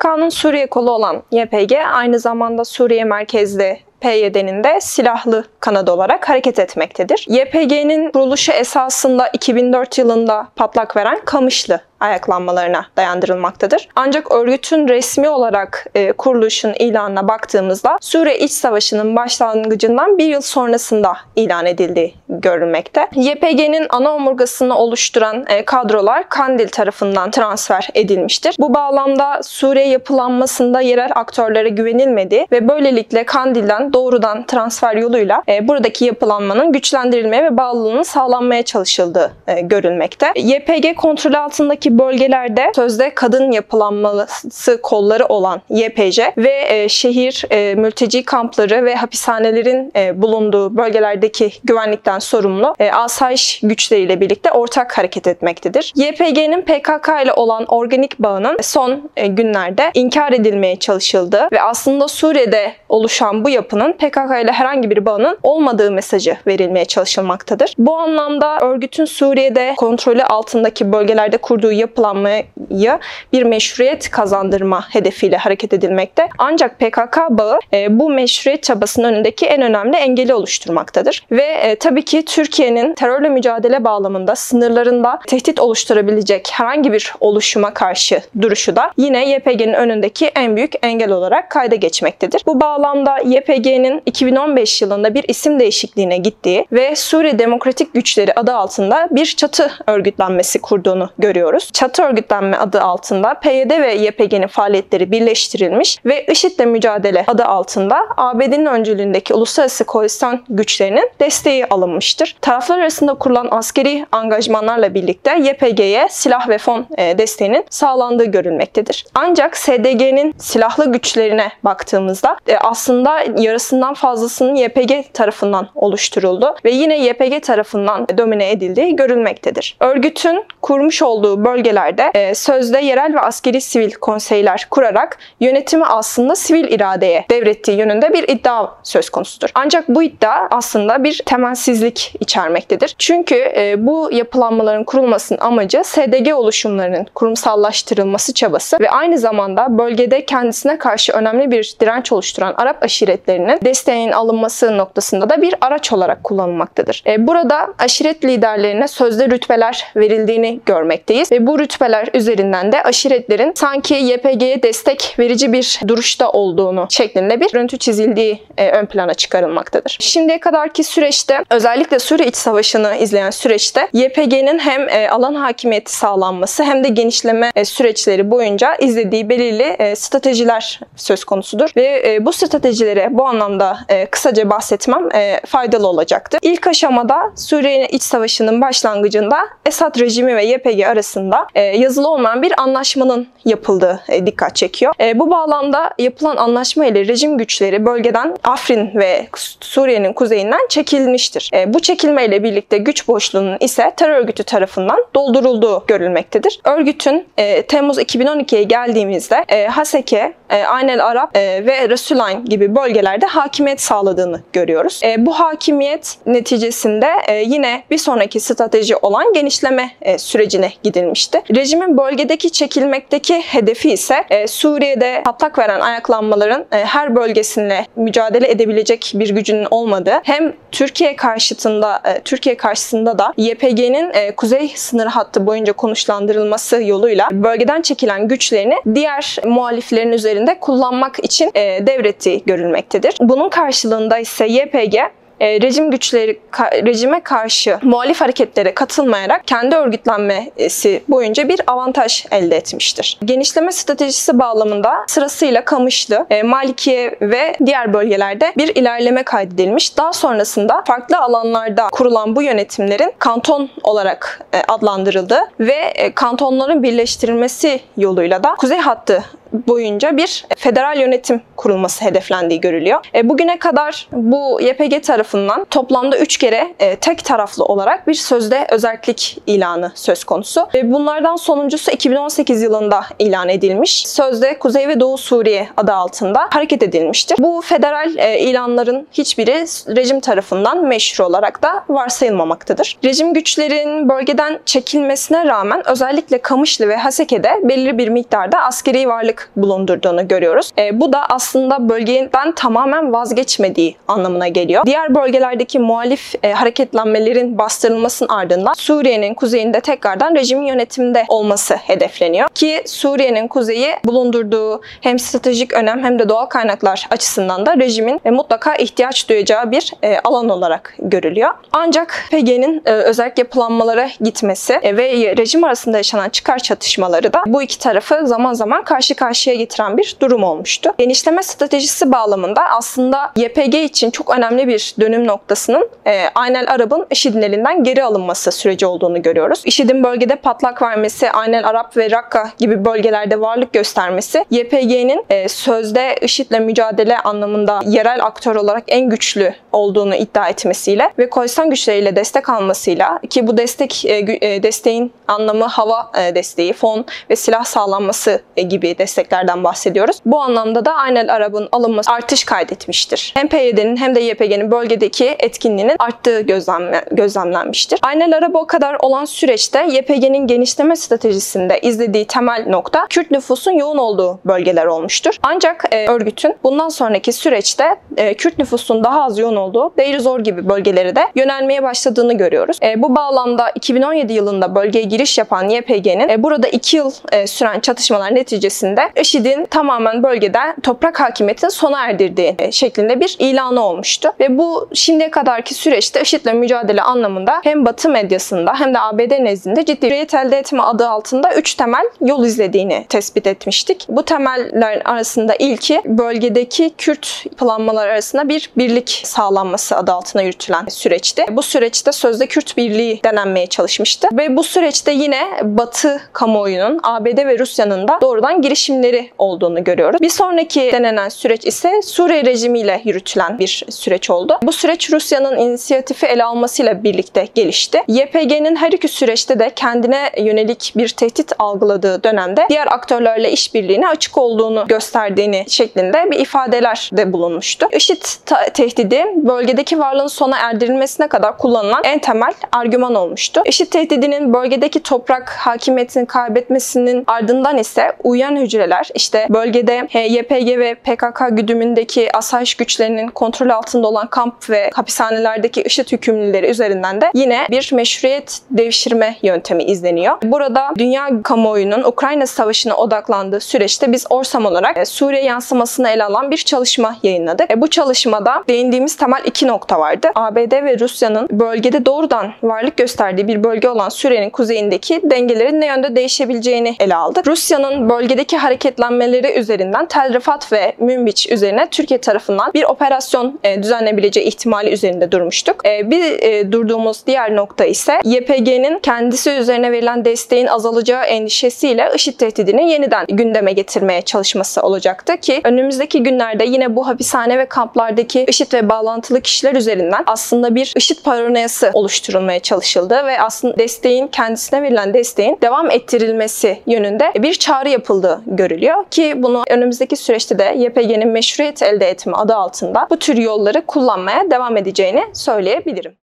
PKK'nın Suriye kolu olan YPG aynı zamanda Suriye merkezli PYD'nin de silahlı kanadı olarak hareket etmektedir. YPG'nin kuruluşu esasında 2004 yılında patlak veren Kamışlı ayaklanmalarına dayandırılmaktadır. Ancak örgütün resmi olarak kuruluşun ilanına baktığımızda Suriye İç Savaşı'nın başlangıcından bir yıl sonrasında ilan edildiği görülmekte. YPG'nin ana omurgasını oluşturan kadrolar Kandil tarafından transfer edilmiştir. Bu bağlamda Suriye yapılanmasında yerel aktörlere güvenilmediği ve böylelikle Kandil'den doğrudan transfer yoluyla buradaki yapılanmanın güçlendirilmeye ve bağlılığının sağlanmaya çalışıldığı görülmekte. YPG kontrolü altındaki bölgelerde sözde kadın yapılanması kolları olan YPJ ve şehir, mülteci kampları ve hapishanelerin bulunduğu bölgelerdeki güvenlikten sorumlu asayiş güçleriyle birlikte ortak hareket etmektedir. YPG'nin PKK ile olan organik bağının son günlerde inkar edilmeye çalışıldığı ve aslında Suriye'de oluşan bu yapının PKK ile herhangi bir bağının olmadığı mesajı verilmeye çalışılmaktadır. Bu anlamda örgütün Suriye'de kontrolü altındaki bölgelerde kurduğu yapılanmayı bir meşruiyet kazandırma hedefiyle hareket edilmekte. Ancak PKK bağı bu meşruiyet çabasının önündeki en önemli engeli oluşturmaktadır. Ve tabii ki Türkiye'nin terörle mücadele bağlamında sınırlarında tehdit oluşturabilecek herhangi bir oluşuma karşı duruşu da yine YPG'nin önündeki en büyük engel olarak kayda geçmektedir. Bu bağlamda YPG'nin 2015 yılında bir isim değişikliğine gittiği ve Suriye Demokratik Güçleri adı altında bir çatı örgütlenmesi kurduğunu görüyoruz. Çatı örgütlenme adı altında PYD ve YPG'nin faaliyetleri birleştirilmiş ve IŞİD'le mücadele adı altında ABD'nin öncülüğündeki uluslararası koalisyon güçlerinin desteği alınmıştır. Taraflar arasında kurulan askeri angajmanlarla birlikte YPG'ye silah ve fon desteğinin sağlandığı görülmektedir. Ancak SDG'nin silahlı güçlerine baktığımızda aslında yarısından fazlasının YPG tarafından oluşturuldu ve yine YPG tarafından domine edildiği görülmektedir. Örgütün kurmuş olduğu bölgelerde sözde yerel ve askeri sivil konseyler kurarak yönetimi aslında sivil iradeye devrettiği yönünde bir iddia söz konusudur. Ancak bu iddia aslında bir temelsizlik içermektedir. Çünkü bu yapılanmaların kurulmasının amacı SDG oluşumlarının kurumsallaştırılması çabası ve aynı zamanda bölgede kendisine karşı önemli bir direnç oluşturan Arap aşiretlerinin desteğinin alınması noktasında da bir araç olarak kullanılmaktadır. Burada aşiret liderlerine sözde rütbeler verildiğini görmekteyiz ve bu rütbeler üzerinden de aşiretlerin sanki YPG'ye destek verici bir duruşta olduğunu şeklinde bir görüntü çizildiği ön plana çıkarılmaktadır. Şimdiye kadarki süreçte özellikle Suriye İç Savaşı'nı izleyen süreçte YPG'nin hem alan hakimiyeti sağlanması hem de genişleme süreçleri boyunca izlediği belirli stratejiler söz konusudur ve bu stratejilere bu anlamda kısaca bahsetmem faydalı olacaktır. İlk aşamada Suriye İç Savaşı'nın başlangıcında Esad rejimi ve YPG arasında yazılı olmayan bir anlaşmanın yapıldığı dikkat çekiyor. Bu bağlamda yapılan anlaşma ile rejim güçleri bölgeden Afrin ve Suriye'nin kuzeyinden çekilmiştir. Bu çekilme ile birlikte güç boşluğunun ise terör örgütü tarafından doldurulduğu görülmektedir. Örgütün Temmuz 2012'ye geldiğimizde Haseke, Ayn el Arab ve Resulayn gibi bölgelerde hakimiyet sağladığını görüyoruz. Bu hakimiyet neticesinde yine bir sonraki strateji olan genişleme sürecine gidilmişti. Rejimin bölgedeki çekilmekteki hedefi ise Suriye'de patlak veren ayaklanmaların her bölgesine mücadele edebilecek bir gücünün olmadığı, hem Türkiye karşısında da YPG'nin kuzey sınır hattı boyunca konuşlandırılması yoluyla bölgeden çekilen güçlerini diğer muhaliflerin üzerinde kullanmak için devrettiği görülmektedir. Bunun karşılığında ise YPG rejime karşı muhalif hareketlere katılmayarak kendi örgütlenmesi boyunca bir avantaj elde etmiştir. Genişleme stratejisi bağlamında sırasıyla Kamışlı, Malikiye ve diğer bölgelerde bir ilerleme kaydedilmiş. Daha sonrasında farklı alanlarda kurulan bu yönetimlerin kanton olarak adlandırıldığı ve kantonların birleştirilmesi yoluyla da kuzey hattı boyunca bir federal yönetim kurulması hedeflendiği görülüyor. Bugüne kadar bu YPG tarafından toplamda 3 kere tek taraflı olarak bir sözde özerklik ilanı söz konusu. Bunlardan sonuncusu 2018 yılında ilan edilmiş. Sözde Kuzey ve Doğu Suriye adı altında hareket edilmiştir. Bu federal ilanların hiçbiri rejim tarafından meşru olarak da varsayılmamaktadır. Rejim güçlerin bölgeden çekilmesine rağmen özellikle Kamışlı ve Haseke'de belirli bir miktarda askeri varlık kararlılık bulundurduğunu görüyoruz. Bu da aslında bölgeden tamamen vazgeçmediği anlamına geliyor. Diğer bölgelerdeki muhalif hareketlenmelerin bastırılmasının ardından Suriye'nin kuzeyinde tekrardan rejimin yönetiminde olması hedefleniyor. Ki Suriye'nin kuzeyi bulundurduğu hem stratejik önem hem de doğal kaynaklar açısından da rejimin mutlaka ihtiyaç duyacağı bir alan olarak görülüyor. Ancak YPG'nin özellikle yapılanmalara gitmesi ve rejim arasında yaşanan çıkar çatışmaları da bu iki tarafı zaman zaman karşı karşıya getiren bir durum olmuştu. Genişleme stratejisi bağlamında aslında YPG için çok önemli bir dönüm noktasının Ayn el-Arab'ın IŞİD'in elinden geri alınması süreci olduğunu görüyoruz. IŞİD'in bölgede patlak vermesi, Ayn el-Arab ve Rakka gibi bölgelerde varlık göstermesi, YPG'nin sözde IŞİD'le mücadele anlamında yerel aktör olarak en güçlü olduğunu iddia etmesiyle ve koalisyon güçleriyle destek almasıyla, ki bu desteğin anlamı hava desteği, fon ve silah sağlanması gibi desteklerden bahsediyoruz. Bu anlamda da Ayn el-Arab'ın alınması artış kaydetmiştir. Hem PYD'nin hem de YPG'nin bölgedeki etkinliğinin arttığı gözlemlenmiştir. Ayn el-Arab o kadar olan süreçte YPG'nin genişleme stratejisinde izlediği temel nokta Kürt nüfusun yoğun olduğu bölgeler olmuştur. Ancak örgütün bundan sonraki süreçte Kürt nüfusun daha az yoğun olduğu Deir ez-Zor gibi bölgelere de yönelmeye başladığını görüyoruz. Bu bağlamda 2017 yılında bölgeye giriş yapan YPG'nin burada 2 yıl süren çatışmalar neticesinde IŞİD'in tamamen bölgede toprak hakimiyetini sona erdirdiği şeklinde bir ilanı olmuştu. Ve bu şimdiye kadarki süreçte IŞİD'le mücadele anlamında hem Batı medyasında hem de ABD nezdinde ciddi hürriyet elde etme adı altında 3 temel yol izlediğini tespit etmiştik. Bu temeller arasında ilki bölgedeki Kürt yapılanmalar arasında bir birlik sağlanması adı altına yürütülen süreçti. Bu süreçte sözde Kürt Birliği denenmeye çalışmıştı ve bu süreçte yine Batı kamuoyunun ABD ve Rusya'nın da doğrudan girişimleri olduğunu görüyoruz. Bir sonraki denenen süreç ise Suriye rejimiyle yürütülen bir süreç oldu. Bu süreç Rusya'nın inisiyatifi ele almasıyla birlikte gelişti. YPG'nin her iki süreçte de kendine yönelik bir tehdit algıladığı dönemde diğer aktörlerle işbirliğine açık olduğunu gösterdiğini şeklinde bir ifadeler de bulunmuştu. IŞİD tehdidi bölgedeki varlığın sona erdirilmesine kadar kullanılan en temel argüman olmuştu. IŞİD tehdidinin bölgedeki toprak hakimiyetini kaybetmesinin ardından ise uyuyan hücreler, işte bölgede YPG ve PKK güdümündeki asayiş güçlerinin kontrol altında olan kamp ve hapishanelerdeki IŞİD hükümlüleri üzerinden de yine bir meşruiyet devşirme yöntemi izleniyor. Burada dünya kamuoyunun Ukrayna Savaşı'na odaklandığı süreçte biz Orsam olarak Suriye yansımasını ele alan bir çalışma yayınladık. Bu çalışmada değindiğimiz temel 2 nokta vardı. ABD ve Rusya'nın bölgede doğrudan varlık gösterdiği bir bölge olan Suriye'nin kuzeyindeki dengelerin ne yönde değişebileceğini ele aldık. Rusya'nın bölgedeki hareketlenmeleri üzerinden Tel Rifat ve Münbiç üzerine Türkiye tarafından bir operasyon düzenlenebileceği ihtimali üzerinde durmuştuk. Durduğumuz diğer nokta ise YPG'nin kendisi üzerine verilen desteğin azalacağı endişesiyle IŞİD tehdidini yeniden gündeme getirmeye çalışması olacaktı ki önümüzdeki günlerde yine bu hapishane ve kamplardaki IŞİD ve bağlantılı kişiler üzerinden aslında bir IŞİD paranoyası oluşturulmaya çalışıldı ve aslında kendisine verilen desteğin devam ettirilmesi yönünde bir çağrı yapıldığı görülüyor ki bunu önümüzdeki süreçte de YPG'nin meşruiyet elde etme adı altında bu tür yolları kullanmaya devam edeceğini söyleyebilirim.